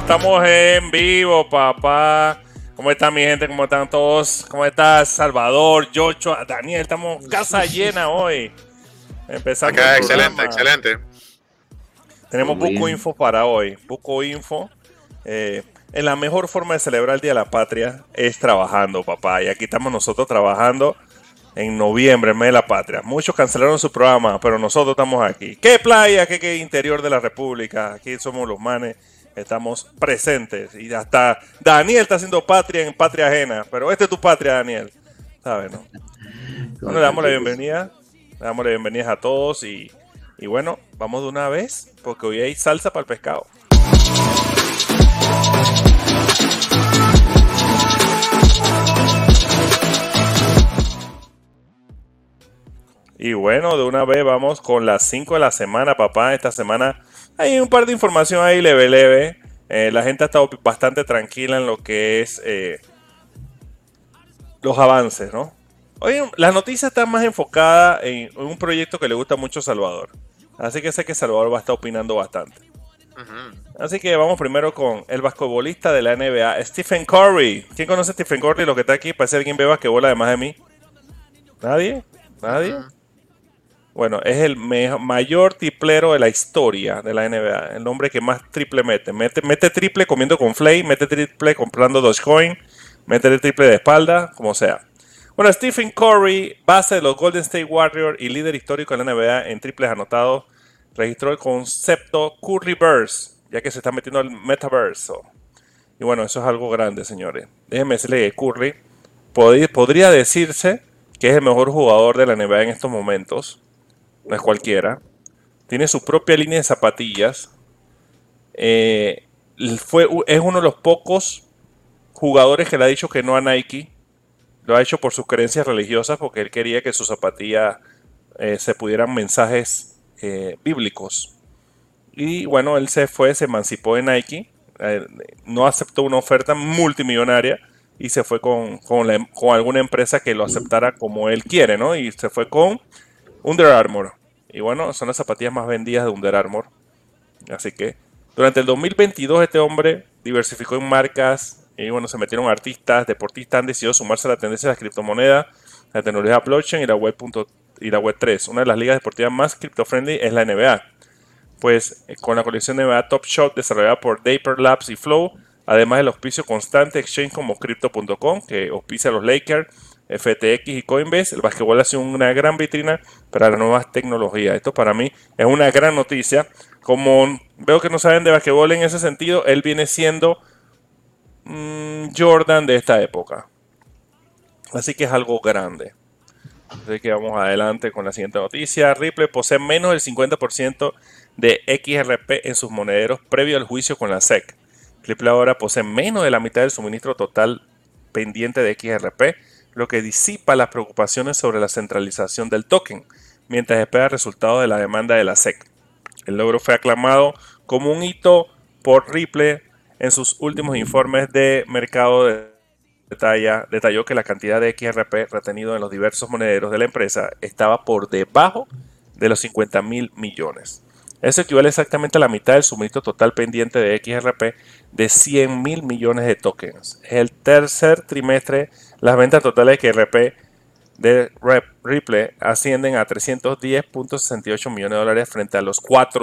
estamos en vivo, papá. ¿Cómo está mi gente? ¿Cómo están todos? ¿Cómo estás, Salvador, Yocho, Daniel? Estamos casa llena hoy. Empezando Acá, el excelente, programa. excelente. Tenemos Buco Info para hoy. Buco Info. En la mejor forma de celebrar el Día de la Patria es trabajando, papá. Y aquí estamos nosotros trabajando en noviembre, el mes de la patria. Muchos cancelaron su programa, pero nosotros estamos aquí. ¿Qué playa? ¿Qué interior de la República? Aquí somos los manes. Estamos presentes. Y hasta Daniel está haciendo patria en patria ajena. Pero esta es tu patria, Daniel. ¿Sabes, no? Bueno, le damos la bienvenida. Le damos la bienvenida a todos. Y bueno, vamos de una vez. Porque hoy hay salsa para el pescado. Y bueno, de una vez vamos con las 5 de la semana, papá. Esta semana hay un par de información ahí leve. La gente ha estado bastante tranquila en lo que es los avances, ¿no? Oye, las noticias están más enfocadas en un proyecto que le gusta mucho a Salvador. Así que sé que Salvador va a estar opinando bastante. Así que vamos primero con el basquetbolista de la NBA, Stephen Curry. ¿Quién conoce a Stephen Curry? Lo que está aquí, parece alguien ve basquetbol además de mí. ¿Nadie? Bueno, es el mayor triplero de la historia de la NBA. El hombre que más triple mete. Mete triple comiendo con Flay, mete triple comprando Dogecoin, mete triple de espalda, como sea. Bueno, Stephen Curry, base de los Golden State Warriors y líder histórico de la NBA en triples anotados, registró el concepto Curryverse, ya que se está metiendo al metaverso. Y bueno, eso es algo grande, señores. Déjenme decirle que Curry podría decirse que es el mejor jugador de la NBA en estos momentos. No es cualquiera. Tiene su propia línea de zapatillas. Es uno de los pocos jugadores que le ha dicho que no a Nike. Lo ha hecho por sus creencias religiosas, porque él quería que sus zapatillas se pudieran mensajes bíblicos. Y bueno, él se emancipó de Nike. No aceptó una oferta multimillonaria y se fue con alguna empresa que lo aceptara como él quiere, ¿no? Y se fue con Under Armour. Y bueno, son las zapatillas más vendidas de Under Armour. Así que durante el 2022 este hombre diversificó en marcas. Y bueno, se metieron artistas, deportistas, han decidido sumarse a la tendencia de las criptomonedas, la tecnología blockchain y la web 3. Una de las ligas deportivas más crypto-friendly es la NBA. Pues con la colección NBA Top Shot desarrollada por Dapper Labs y Flow, además del auspicio constante de exchange como Crypto.com, que auspicia a los Lakers, FTX y Coinbase, el basquetbol ha sido una gran vitrina para las nuevas tecnologías. Esto para mí es una gran noticia. Como veo que no saben de basquetbol en ese sentido, él viene siendo Jordan de esta época. Así que es algo grande. Así que vamos adelante con la siguiente noticia. Ripple posee menos del 50% de XRP en sus monederos previo al juicio con la SEC. Ripple ahora posee menos de la mitad del suministro total pendiente de XRP, lo que disipa las preocupaciones sobre la centralización del token, mientras espera resultados de la demanda de la SEC. El logro fue aclamado como un hito por Ripple en sus últimos informes de mercado detalló que la cantidad de XRP retenido en los diversos monederos de la empresa estaba por debajo de los 50 mil millones. Eso equivale exactamente a la mitad del suministro total pendiente de XRP de 100 mil millones de tokens. En el tercer trimestre, las ventas totales de XRP de Ripple ascienden a 310.68 millones de dólares frente a los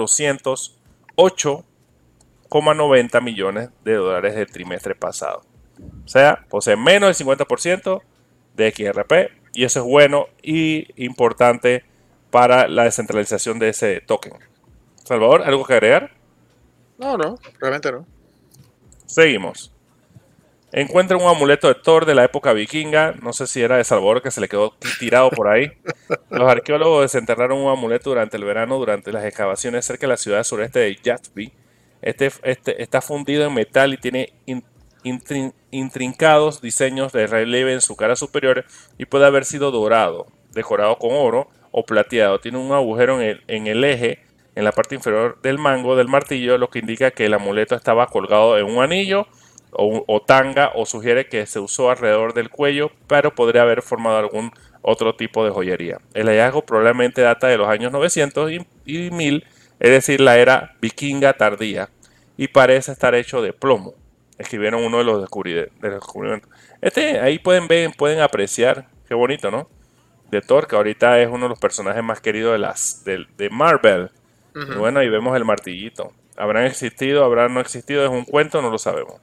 408,90 millones de dólares del trimestre pasado. O sea, posee menos del 50% de XRP y eso es bueno y importante para la descentralización de ese token. Salvador, ¿algo que agregar? No, realmente no. Seguimos. Encuentra un amuleto de Thor de la época vikinga. No sé si era de Salvador que se le quedó tirado por ahí. Los arqueólogos desenterraron un amuleto durante el verano durante las excavaciones cerca de la ciudad sureste de Gatsby. Este está fundido en metal y tiene intrincados diseños de relieve en su cara superior y puede haber sido dorado, decorado con oro o plateado. Tiene un agujero en el eje, en la parte inferior del mango del martillo, lo que indica que el amuleto estaba colgado en un anillo o tanga, o sugiere que se usó alrededor del cuello, pero podría haber formado algún otro tipo de joyería. El hallazgo probablemente data de los años 900 y 1000, es decir, la era vikinga tardía, y parece estar hecho de plomo. Escribieron uno de los descubrimientos. Ahí pueden ver, pueden apreciar, qué bonito, ¿no? De Thor, que ahorita es uno de los personajes más queridos de Marvel. Y Ujú. bueno, ahí vemos el martillito. ¿Habrán existido, habrán no existido? ¿Es un cuento? No lo sabemos.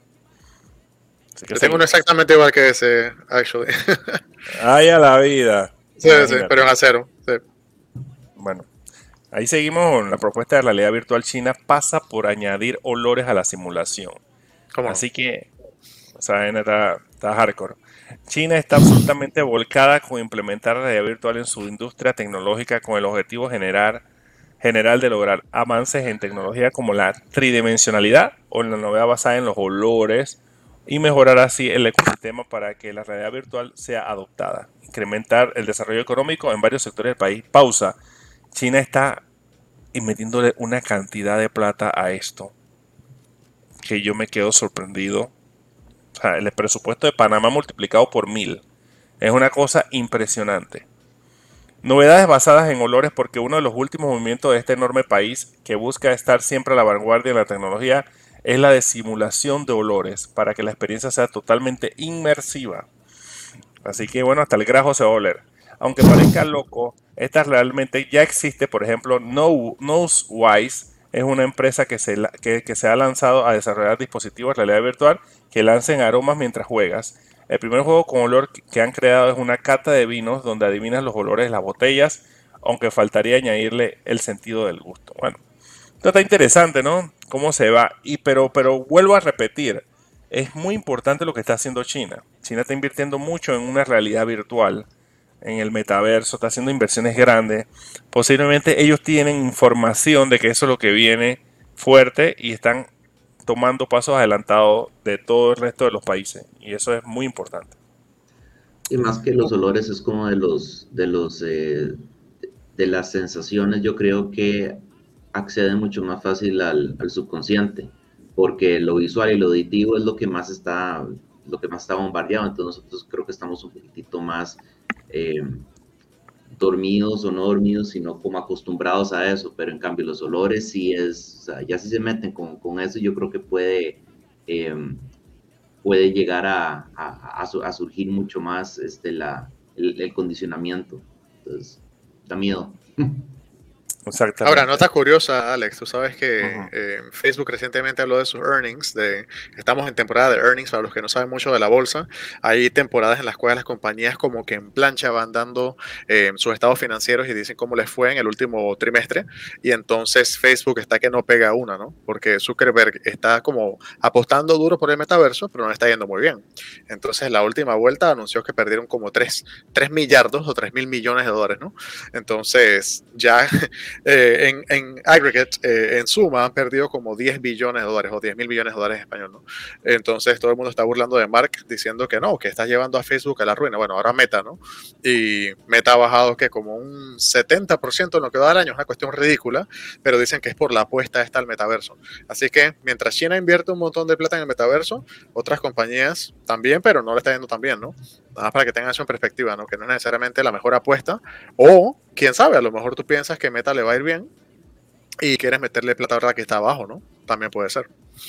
Así que Yo tengo uno seguimos. exactamente igual que ese, actually. ¡Ay, a la vida! Sí, sí, pero Imagínate. en acero. Sí. Bueno, ahí seguimos con la propuesta de realidad virtual china pasa por añadir olores a la simulación. ¿Cómo no? Así que, o sea, está hardcore. China está absolutamente volcada con implementar la realidad virtual en su industria tecnológica con el objetivo general de lograr avances en tecnología como la tridimensionalidad o en la novedad basada en los olores y mejorar así el ecosistema para que la realidad virtual sea adoptada. Incrementar el desarrollo económico en varios sectores del país. Pausa. China está metiéndole una cantidad de plata a esto que yo me quedo sorprendido. O sea, el presupuesto de Panamá multiplicado por 1000. Es una cosa impresionante. Novedades basadas en olores porque uno de los últimos movimientos de este enorme país que busca estar siempre a la vanguardia en la tecnología es la de simulación de olores para que la experiencia sea totalmente inmersiva. Así que bueno, hasta el grajo se va a oler. Aunque parezca loco, esta realmente ya existe. Por ejemplo, Nosewise es una empresa que se ha lanzado a desarrollar dispositivos de realidad virtual que lancen aromas mientras juegas. El primer juego con olor que han creado es una cata de vinos donde adivinas los olores de las botellas, aunque faltaría añadirle el sentido del gusto. Bueno, esto está interesante, ¿no? ¿Cómo se va? Pero vuelvo a repetir, es muy importante lo que está haciendo China. China está invirtiendo mucho en una realidad virtual, en el metaverso, está haciendo inversiones grandes. Posiblemente ellos tienen información de que eso es lo que viene fuerte y están tomando pasos adelantados de todo el resto de los países. Y eso es muy importante. Y más que los olores es como de las sensaciones, yo creo que acceden mucho más fácil al subconsciente, porque lo visual y lo auditivo es lo que más está bombardeado, entonces nosotros creo que estamos un poquitito más eh, dormidos o no dormidos, sino como acostumbrados a eso, pero en cambio los olores sí es, o sea, ya si se meten con eso, yo creo que eh, puede llegar a surgir mucho más el condicionamiento. Entonces, da miedo. Ahora, Exactamente. nota curiosa, Alex, tú sabes que Ujú. Facebook recientemente habló de sus earnings, estamos en temporada de earnings, para los que no saben mucho de la bolsa, hay temporadas en las cuales las compañías como que en plancha van dando sus estados financieros y dicen cómo les fue en el último trimestre, y entonces Facebook está que no pega una, ¿no? Porque Zuckerberg está como apostando duro por el metaverso, pero no le está yendo muy bien. Entonces, la última vuelta anunció que perdieron como 3 millardos o 3.000 millones de dólares, ¿no? Entonces, ya en aggregate, en suma, han perdido como 10 billones de dólares o 10.000 millones de dólares en español, ¿no? Entonces todo el mundo está burlando de Mark diciendo que no, que está llevando a Facebook a la ruina. Bueno, ahora Meta, ¿no? Y Meta ha bajado que como un 70% en lo que va del año, es una cuestión ridícula, pero dicen que es por la apuesta esta al metaverso. Así que mientras China invierte un montón de plata en el metaverso, otras compañías también, pero no le está yendo tan bien, ¿no? Nada más para que tengan eso en perspectiva, ¿no? Que no es necesariamente la mejor apuesta, o quién sabe, a lo mejor tú piensas que Meta le va a ir bien y quieres meterle plata ahora que está abajo, ¿no? También puede ser.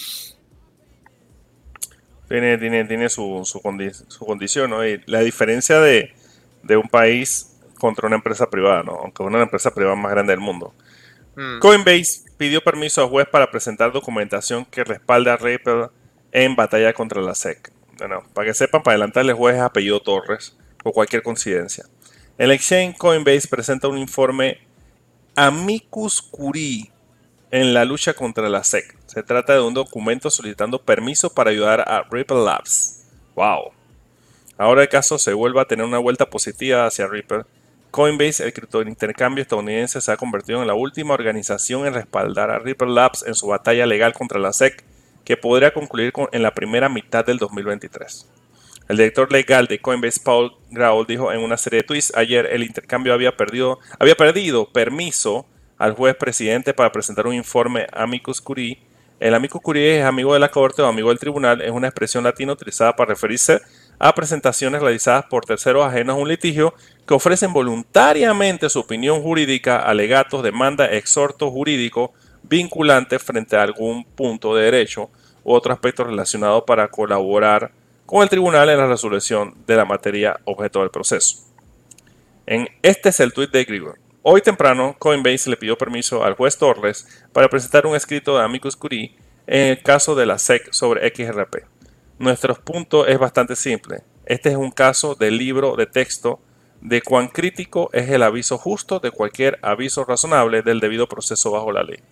Tiene su condición, ¿no? Y la diferencia de un país contra una empresa privada, ¿no? Aunque es una empresa privada más grande del mundo. Mm. Coinbase pidió permiso al juez para presentar documentación que respalda a Ripple en batalla contra la SEC. Bueno, para que sepan, para adelantarle, el juez es apellido Torres, por cualquier coincidencia. El exchange Coinbase presenta un informe amicus curiae en la lucha contra la SEC. Se trata de un documento solicitando permiso para ayudar a Ripple Labs. ¡Wow! Ahora el caso se vuelve a tener una vuelta positiva hacia Ripple. Coinbase, el criptointercambio estadounidense, se ha convertido en la última organización en respaldar a Ripple Labs en su batalla legal contra la SEC, que podría concluir en la primera mitad del 2023. El director legal de Coinbase, Paul Grau, dijo en una serie de tweets ayer el intercambio había perdido permiso al juez presidente para presentar un informe amicus curiae. El amicus curiae es amigo de la corte o amigo del tribunal, es una expresión latina utilizada para referirse a presentaciones realizadas por terceros ajenos a un litigio que ofrecen voluntariamente su opinión jurídica, alegatos, demanda, exhorto jurídico vinculante frente a algún punto de derecho u otro aspecto relacionado para colaborar con el tribunal en la resolución de la materia objeto del proceso. Este es el tweet de Grigor. Hoy temprano, Coinbase le pidió permiso al juez Torres para presentar un escrito de amicus curiae en el caso de la SEC sobre XRP. Nuestro punto es bastante simple. Este es un caso de libro de texto de cuán crítico es el aviso justo de cualquier aviso razonable del debido proceso bajo la ley.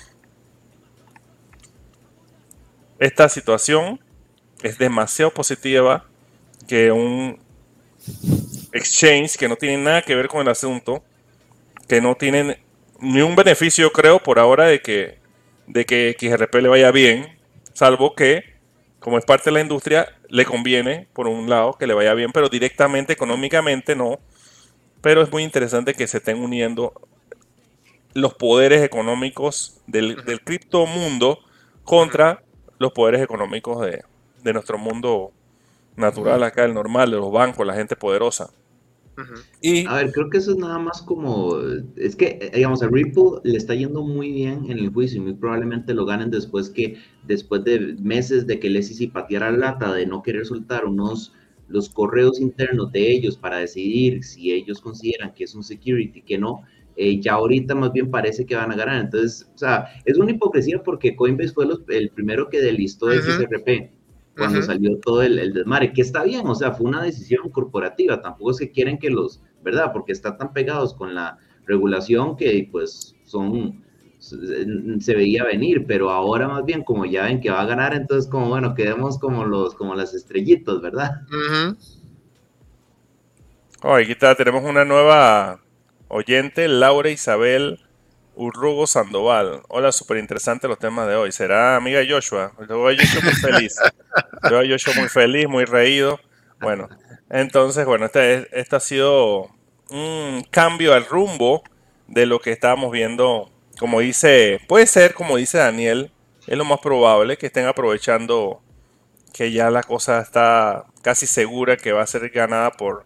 Esta situación es demasiado positiva que un exchange que no tiene nada que ver con el asunto, que no tienen ni un beneficio, creo, por ahora de que XRP le vaya bien, salvo que, como es parte de la industria, le conviene, por un lado, que le vaya bien, pero directamente, económicamente, no. Pero es muy interesante que se estén uniendo los poderes económicos del criptomundo contra los poderes económicos de nuestro mundo natural acá, el normal, de los bancos, la gente poderosa. Y, a ver, creo que eso es nada más como, es que, digamos, a Ripple le está yendo muy bien en el juicio y muy probablemente lo ganen después de meses de que el SEC pateara la lata de no querer soltar los correos internos de ellos para decidir si ellos consideran que es un security, que no, ya ahorita más bien parece que van a ganar. Entonces, o sea, es una hipocresía porque Coinbase fue el primero que delistó XRP. Cuando salió todo el desmadre, que está bien, o sea, fue una decisión corporativa, tampoco es que quieren que ¿verdad? Porque están tan pegados con la regulación que pues se veía venir, pero ahora más bien como ya ven que va a ganar, entonces como bueno, quedemos como las estrellitas, ¿verdad? Aquí está, tenemos una nueva oyente, Laura Isabel Urrugo Sandoval. Hola, súper interesante los temas de hoy. ¿Será amiga Joshua? Yo veo a Joshua muy feliz. Yo veo a Joshua muy feliz, muy reído. Bueno, entonces, bueno, este ha sido un cambio al rumbo de lo que estábamos viendo. Como dice, puede ser, como dice Daniel, es lo más probable que estén aprovechando que ya la cosa está casi segura que va a ser ganada por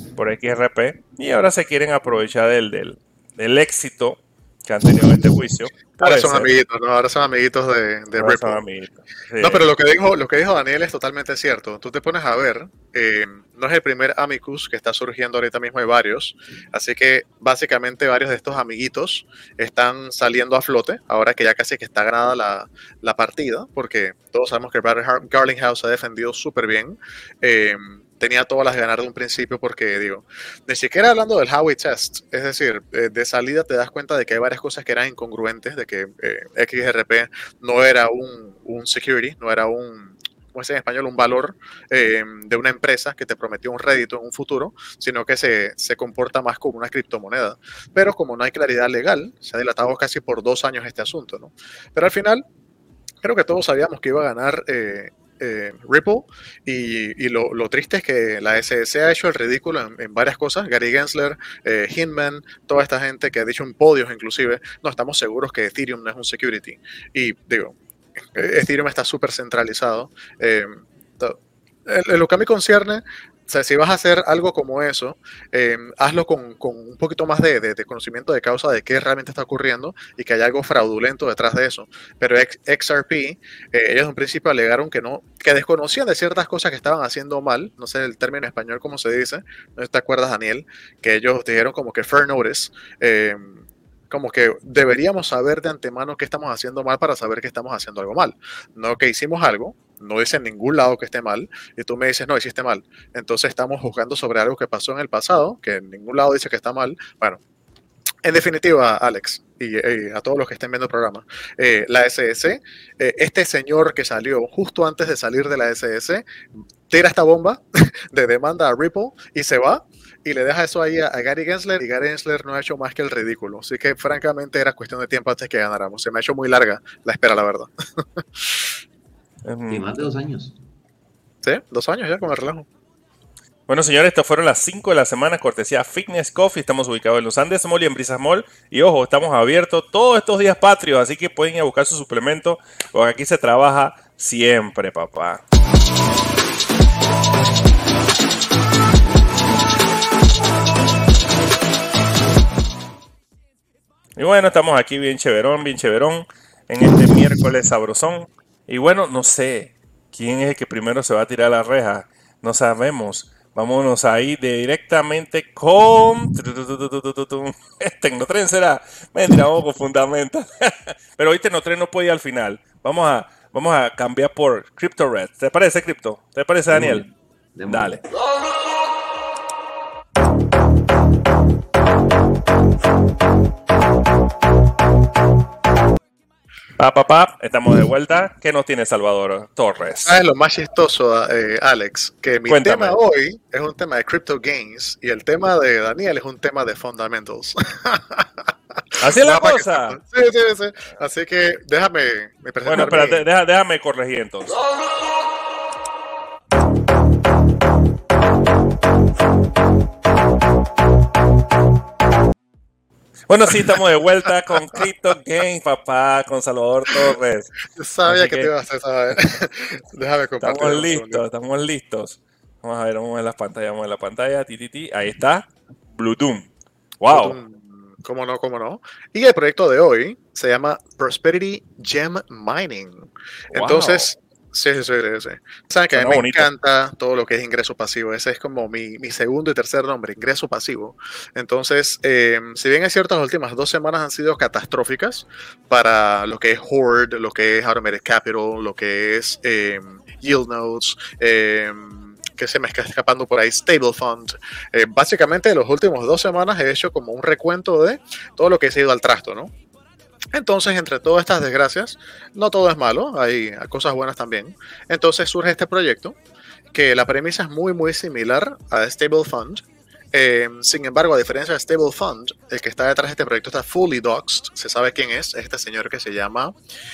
XRP. Y ahora se quieren aprovechar del éxito que han tenido en este juicio. Ahora son amiguitos, ¿no? Ahora son amiguitos de Ripple. Son amiguitos. Sí. No, pero lo que dijo Daniel es totalmente cierto. Tú te pones a ver, no es el primer amicus que está surgiendo ahorita mismo, hay varios. Así que básicamente varios de estos amiguitos están saliendo a flote, ahora que ya casi que está ganada la partida, porque todos sabemos que Garlinghouse ha defendido súper bien. Tenía todas las de ganar de un principio porque, digo, ni siquiera hablando del Howey Test, es decir, de salida te das cuenta de que hay varias cosas que eran incongruentes, de que XRP no era un security, no era ¿cómo se dice en español? Un valor de una empresa que te prometió un rédito en un futuro, sino que se comporta más como una criptomoneda. Pero como no hay claridad legal, se ha dilatado casi por 2 años este asunto, ¿no? Pero al final, creo que todos sabíamos que iba a ganar Ripple, y lo triste es que la SEC ha hecho el ridículo en varias cosas. Gary Gensler, Hinman, toda esta gente que ha dicho en podios inclusive, no estamos seguros que Ethereum no es un security, y digo, Ethereum está súper centralizado. En lo que a mí concierne, o sea, si vas a hacer algo como eso, hazlo con un poquito más de conocimiento de causa de qué realmente está ocurriendo y que hay algo fraudulento detrás de eso. Pero XRP, ellos en principio alegaron que desconocían de ciertas cosas que estaban haciendo mal. No sé el término en español cómo se dice, no te acuerdas, Daniel, que ellos dijeron como que fair notice, como que deberíamos saber de antemano qué estamos haciendo mal para saber que estamos haciendo algo mal. No que hicimos algo, no dice en ningún lado que esté mal, y tú me dices, no, hiciste mal. Entonces estamos juzgando sobre algo que pasó en el pasado, que en ningún lado dice que está mal. Bueno, en definitiva, Alex, y a todos los que estén viendo el programa, la SEC, este señor que salió justo antes de salir de la SEC, tira esta bomba de demanda a Ripple y se va, y le deja eso ahí a Gary Gensler, y Gary Gensler no ha hecho más que el ridículo. Así que francamente era cuestión de tiempo antes que ganáramos. Se me ha hecho muy larga la espera, la verdad. Y más de 2 años. Sí, 2 años ya con el relajo. Bueno, señores, estas fueron las 5 de la semana, cortesía Fitness Coffee. Estamos ubicados en Los Andes Mall y en Brisas Mall. Y ojo, estamos abiertos todos estos días patrios, así que pueden ir a buscar su suplemento, porque aquí se trabaja siempre, papá. Y bueno, estamos aquí bien chéverón, en este miércoles sabrosón. Y bueno, no sé quién es el que primero se va a tirar a la reja. No sabemos. Vámonos ahí directamente con... Tecnotren será. Mentira, vamos con Fundamental. Pero hoy Tecnotren no puede ir al final. Vamos a cambiar por Crypto Red. ¿Te parece, Crypto? ¿Te parece, Daniel? Démosle, démosle. Dale. Estamos de vuelta. ¿Qué nos tiene Salvador Torres? ¿Sabes lo más chistoso, Alex? Que mi Cuéntame. tema hoy es un tema de crypto gains y el tema de Daniel es un tema de fundamentals. Así es la Nada más que cosa. sepas. Sí, sí, sí. Así que déjame Bueno, presentar espérate, déjame corregir entonces. Bueno, sí, estamos de vuelta con Crypto Game, papá, con Salvador Torres. Yo sabía Así que te que iba a hacer saber. Déjame compartir un segundo. estamos listos. Vamos a ver la pantalla, Ahí está, Blue Doom. Wow. ¿Cómo no? ¿Cómo no? Y el proyecto de hoy se llama Prosperity Gem Mining. Entonces, sí, sí, sí, sí. Saben que a mí Suena me bonito. encanta todo lo que es ingreso pasivo. Ese es como mi segundo y tercer nombre, ingreso pasivo. Entonces, si bien es cierto, las últimas 2 semanas han sido catastróficas para lo que es Horde, lo que es Automated Capital, lo que es Yield Nodes, que se me está escapando por ahí, Stable Fund. Básicamente, los últimos 2 semanas he hecho como un recuento de todo lo que se ha ido al trasto, ¿no? Entonces, entre todas estas desgracias, no todo es malo, hay cosas buenas también. Entonces surge este proyecto, que la premisa es muy, muy similar a Stable Fund. Sin embargo, a diferencia de Stable Fund, el que está detrás de este proyecto está fully doxed. Se sabe quién es este señor que se llama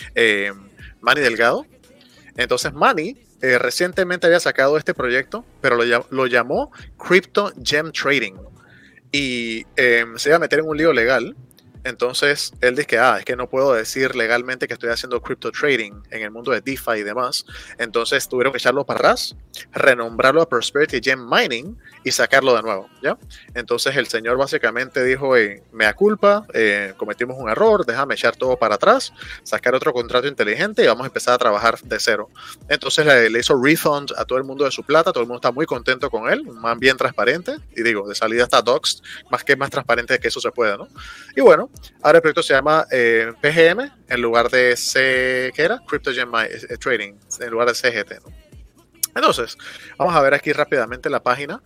Manny Delgado. Entonces, Manny recientemente había sacado este proyecto, pero lo llamó Crypto Gem Trading. Y se iba a meter en un lío legal. Entonces él dice que es que no puedo decir legalmente que estoy haciendo crypto trading en el mundo de DeFi y demás. Entonces tuvieron que echarlo para atrás, renombrarlo a Prosperity Gem Mining y sacarlo de nuevo, ¿ya? Entonces el señor básicamente dijo, mea culpa, cometimos un error, déjame echar todo para atrás, sacar otro contrato inteligente y vamos a empezar a trabajar de cero. Entonces le hizo refund a todo el mundo de su plata, todo el mundo está muy contento con él, un man bien transparente, y digo, de salida está doxed, más transparente que eso se puede, ¿no? Y bueno, ahora el proyecto se llama PGM en lugar de ¿qué era? Crypto Gem Trading, en lugar de CGT, ¿no? Entonces, vamos a ver aquí rápidamente la página,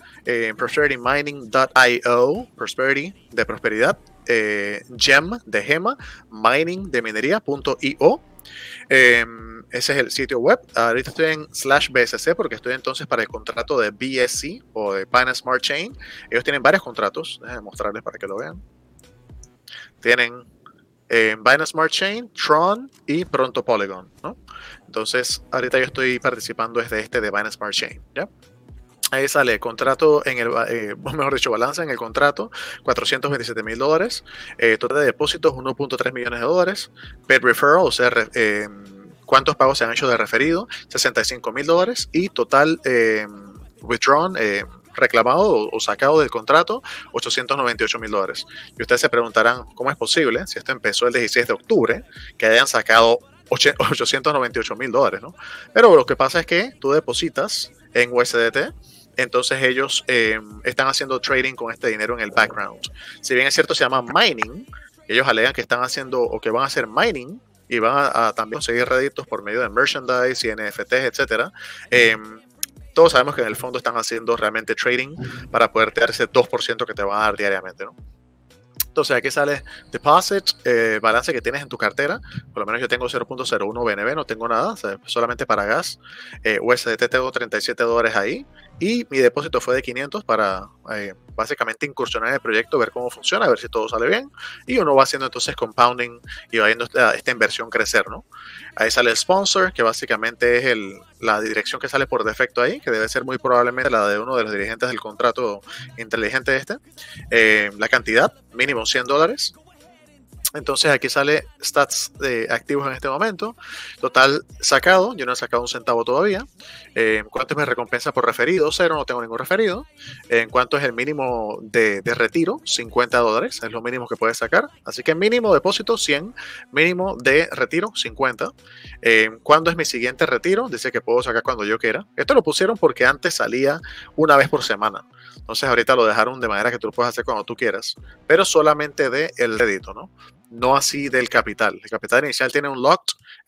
prosperitymining.io, prosperity de prosperidad, gem de gema, mining de minería.io. Ese es el sitio web. Ahorita estoy en /BSC porque estoy entonces para el contrato de BSC o de Binance Smart Chain. Ellos tienen varios contratos, déjenme mostrarles para que lo vean. Tienen Binance Smart Chain, Tron y pronto Polygon, ¿no? Entonces, ahorita yo estoy participando desde este de Binance Smart Chain, ¿ya? Ahí sale contrato en el, mejor dicho, balance en el contrato, $427,000. Total de depósitos, $1.3 millones. Paid referral, o sea, cuántos pagos se han hecho de referido, $65,000. Y total withdrawn, reclamado o sacado del contrato, $898,000. Y ustedes se preguntarán, ¿cómo es posible, si esto empezó el 16 de octubre, que hayan sacado $898,000, ¿no? Pero lo que pasa es que tú depositas en USDT, entonces ellos están haciendo trading con este dinero en el background. Si bien es cierto, se llama mining, ellos alegan que están haciendo o que van a hacer mining y van a también conseguir réditos por medio de merchandise y NFTs, etcétera. Todos sabemos que en el fondo están haciendo realmente trading para poder tener ese 2% que te van a dar diariamente, ¿no? Entonces aquí sale deposit, balance que tienes en tu cartera. Por lo menos yo tengo 0.01 BNB, no tengo nada, o sea, solamente para gas. USDT tengo $37 ahí. Y mi depósito fue de 500 para básicamente incursionar en el proyecto, ver cómo funciona, ver si todo sale bien. Y uno va haciendo entonces compounding y va viendo esta inversión crecer, ¿no? Ahí sale el sponsor, que básicamente es la dirección que sale por defecto ahí, que debe ser muy probablemente la de uno de los dirigentes del contrato inteligente este. La cantidad, mínimo $100. Entonces aquí sale stats de activos en este momento. Total sacado, yo no he sacado un centavo todavía. ¿Cuánto es mi recompensa por referido? 0, no tengo ningún referido. ¿En cuánto es el mínimo de retiro? $50, es lo mínimo que puedes sacar. Así que mínimo depósito 100, mínimo de retiro 50. ¿Cuándo es mi siguiente retiro? Dice que puedo sacar cuando yo quiera. Esto lo pusieron porque antes salía una vez por semana. Entonces ahorita lo dejaron de manera que tú lo puedes hacer cuando tú quieras, pero solamente de el rédito, ¿no? No así del capital. El capital inicial tiene un lock,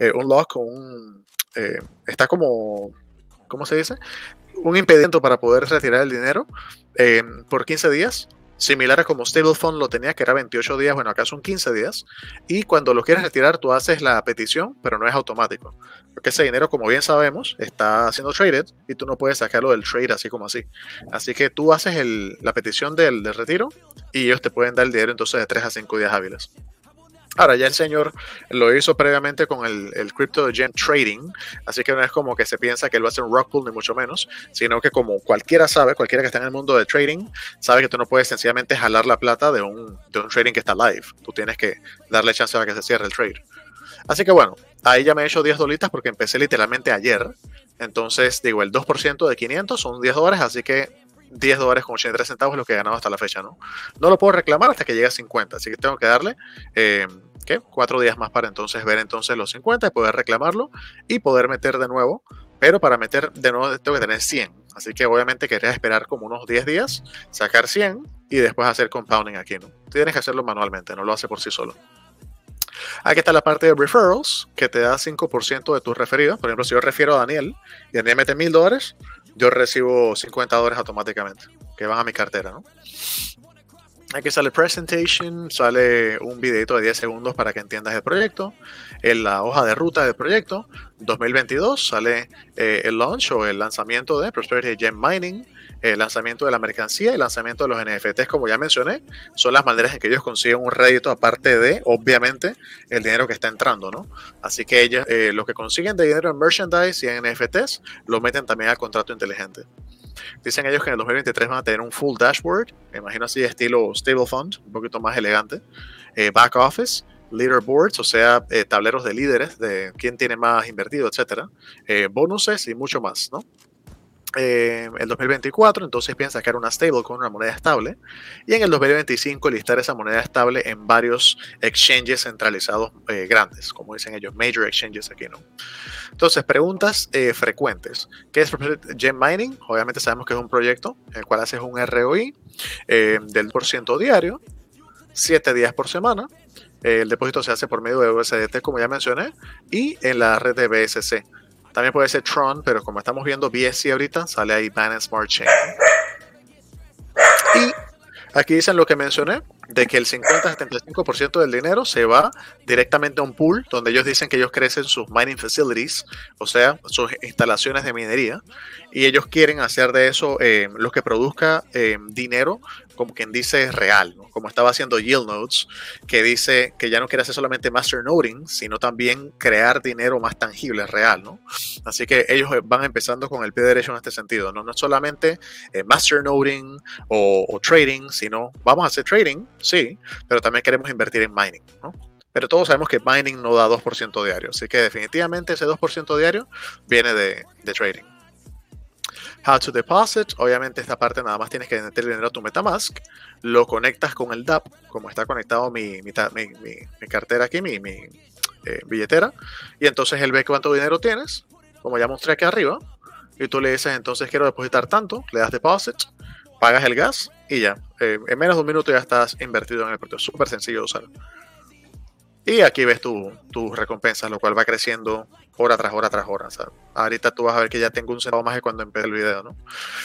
está como, ¿cómo se dice? Un impedimento para poder retirar el dinero por 15 días, similar a como Stable Fund lo tenía, que era 28 días, bueno, acá son 15 días, y cuando lo quieres retirar tú haces la petición, pero no es automático, porque ese dinero, como bien sabemos, está siendo traded y tú no puedes sacarlo del trade así como así. Así que tú haces la petición del retiro y ellos te pueden dar el dinero entonces de 3 a 5 días hábiles. Ahora, ya el señor lo hizo previamente con el Crypto Gem Trading, así que no es como que se piensa que él va a hacer un rug pull, ni mucho menos, sino que como cualquiera sabe, cualquiera que está en el mundo del trading, sabe que tú no puedes sencillamente jalar la plata de un trading que está live. Tú tienes que darle chance a que se cierre el trade. Así que bueno, ahí ya me he hecho 10 dolitas porque empecé literalmente ayer. Entonces, digo, el 2% de 500 son $10, así que $10 con 83 centavos es lo que he ganado hasta la fecha, ¿no? No lo puedo reclamar hasta que llegue a 50, así que tengo que darle 4 días más para entonces ver entonces los 50 y poder reclamarlo y poder meter de nuevo, pero para meter de nuevo tengo que tener 100, así que obviamente quería esperar como unos 10 días, sacar 100 y después hacer compounding aquí, ¿no? Tienes que hacerlo manualmente, no lo hace por sí solo. Aquí está la parte de referrals, que te da 5% de tus referidos. Por ejemplo, si yo refiero a Daniel y Daniel mete $1000, yo recibo $50 automáticamente, que van a mi cartera, ¿no? Aquí sale Presentation, sale un videito de 10 segundos para que entiendas el proyecto. En la hoja de ruta del proyecto, 2022 sale el launch o el lanzamiento de Prosperity Gem Mining, el lanzamiento de la mercancía y el lanzamiento de los NFTs, como ya mencioné, son las maneras en que ellos consiguen un rédito aparte de, obviamente, el dinero que está entrando, ¿no? Así que ellos, lo que consiguen de dinero en merchandise y en NFTs, lo meten también al contrato inteligente. Dicen ellos que en el 2023 van a tener un full dashboard, me imagino así estilo Stable Fund, un poquito más elegante, back office, leaderboards, o sea, tableros de líderes, de quién tiene más invertido, etcétera, bonuses y mucho más, ¿no? El 2024 entonces piensan sacar una stable con una moneda estable y en el 2025 listar esa moneda estable en varios exchanges centralizados grandes, como dicen ellos, major exchanges aquí, ¿no? Entonces, preguntas frecuentes. ¿Qué es Gem Mining? Obviamente sabemos que es un proyecto en el cual haces un ROI del % diario, 7 días por semana. El depósito se hace por medio de USDT, como ya mencioné, y en la red de BSC. También puede ser Tron, pero como estamos viendo BSC ahorita, sale ahí Binance Smart Chain. Y aquí dicen lo que mencioné, de que el 50-75% del dinero se va directamente a un pool, donde ellos dicen que ellos crecen sus mining facilities, o sea, sus instalaciones de minería, y ellos quieren hacer de eso lo que produzca dinero, como quien dice, real, ¿no? Como estaba haciendo Yield Nodes, que dice que ya no quiere hacer solamente master noding, sino también crear dinero más tangible, real, ¿no? Así que ellos van empezando con el pie derecho en este sentido, ¿no? No es solamente master noding o trading, sino vamos a hacer trading, sí, pero también queremos invertir en mining, ¿no? Pero todos sabemos que mining no da 2% diario, así que definitivamente ese 2% diario viene de trading. How to deposit, obviamente esta parte nada más tienes que meter el dinero a tu MetaMask, lo conectas con el DApp, como está conectado mi cartera aquí, mi billetera, y entonces él ve cuánto dinero tienes, como ya mostré aquí arriba, y tú le dices entonces quiero depositar tanto, le das deposit, pagas el gas y ya, en menos de un minuto ya estás invertido en el proyecto, súper sencillo de usar. Y aquí ves tus recompensas, lo cual va creciendo hora tras hora tras hora. O sea, ahorita tú vas a ver que ya tengo un centavo más que cuando empecé el video, ¿no?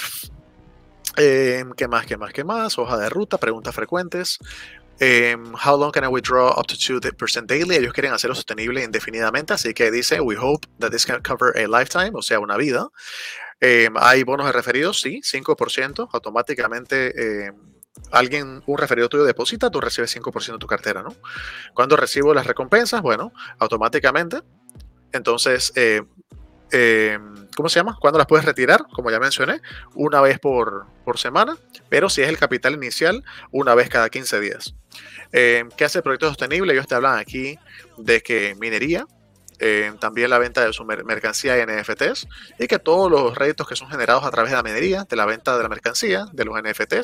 ¿Qué más? Hoja de ruta, preguntas frecuentes. How long can I withdraw up to 2% daily? Ellos quieren hacerlo sostenible indefinidamente, así que dice, we hope that this can cover a lifetime, o sea, una vida. Hay bonos de referidos, sí, 5%, automáticamente un referido tuyo deposita, tú recibes 5% de tu cartera, ¿no? Cuando recibo las recompensas, bueno, automáticamente, entonces ¿cómo se llama? ¿Cuándo las puedes retirar? Como ya mencioné, una vez por semana, pero si es el capital inicial, una vez cada 15 días. ¿Qué hace el proyecto sostenible? Ellos te hablan aquí de que minería, también la venta de su mercancía y NFTs, y que todos los réditos que son generados a través de la minería, de la venta de la mercancía, de los NFTs,